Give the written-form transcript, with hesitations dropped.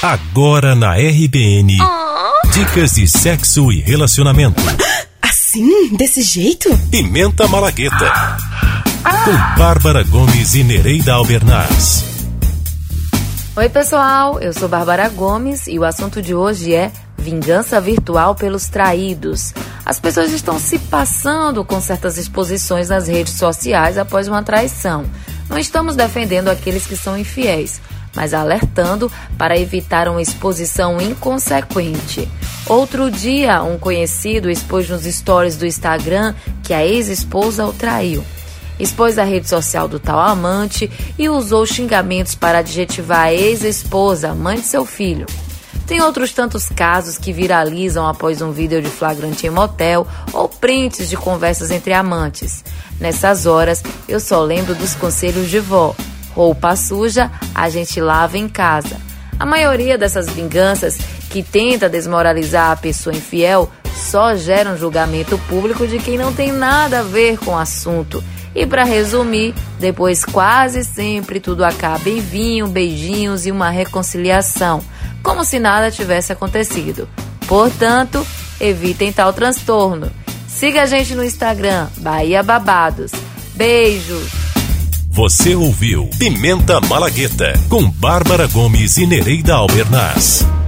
Agora na RBN, dicas de sexo e relacionamento. Assim? Desse jeito? Pimenta Malagueta, com Bárbara Gomes e Nereida Albernaz. Oi pessoal, eu sou Bárbara Gomes e o assunto de hoje é vingança virtual pelos traídos. As pessoas estão se passando com certas exposições nas redes sociais após uma traição. Não estamos defendendo aqueles que são infiéis, mas alertando para evitar uma exposição inconsequente. Outro dia, um conhecido expôs nos stories do Instagram que a ex-esposa o traiu. Expôs a rede social do tal amante e usou xingamentos para adjetivar a ex-esposa, mãe de seu filho. Tem outros tantos casos que viralizam após um vídeo de flagrante em motel ou prints de conversas entre amantes. Nessas horas, eu só lembro dos conselhos de vó. Roupa suja, a gente lava em casa. A maioria dessas vinganças que tenta desmoralizar a pessoa infiel só gera um julgamento público de quem não tem nada a ver com o assunto. E para resumir, depois quase sempre tudo acaba em vinho, beijinhos e uma reconciliação, como se nada tivesse acontecido. Portanto, evitem tal transtorno. Siga a gente no Instagram, Bahia Babados. Beijos! Você ouviu Pimenta Malagueta, com Bárbara Gomes e Nereida Albernaz.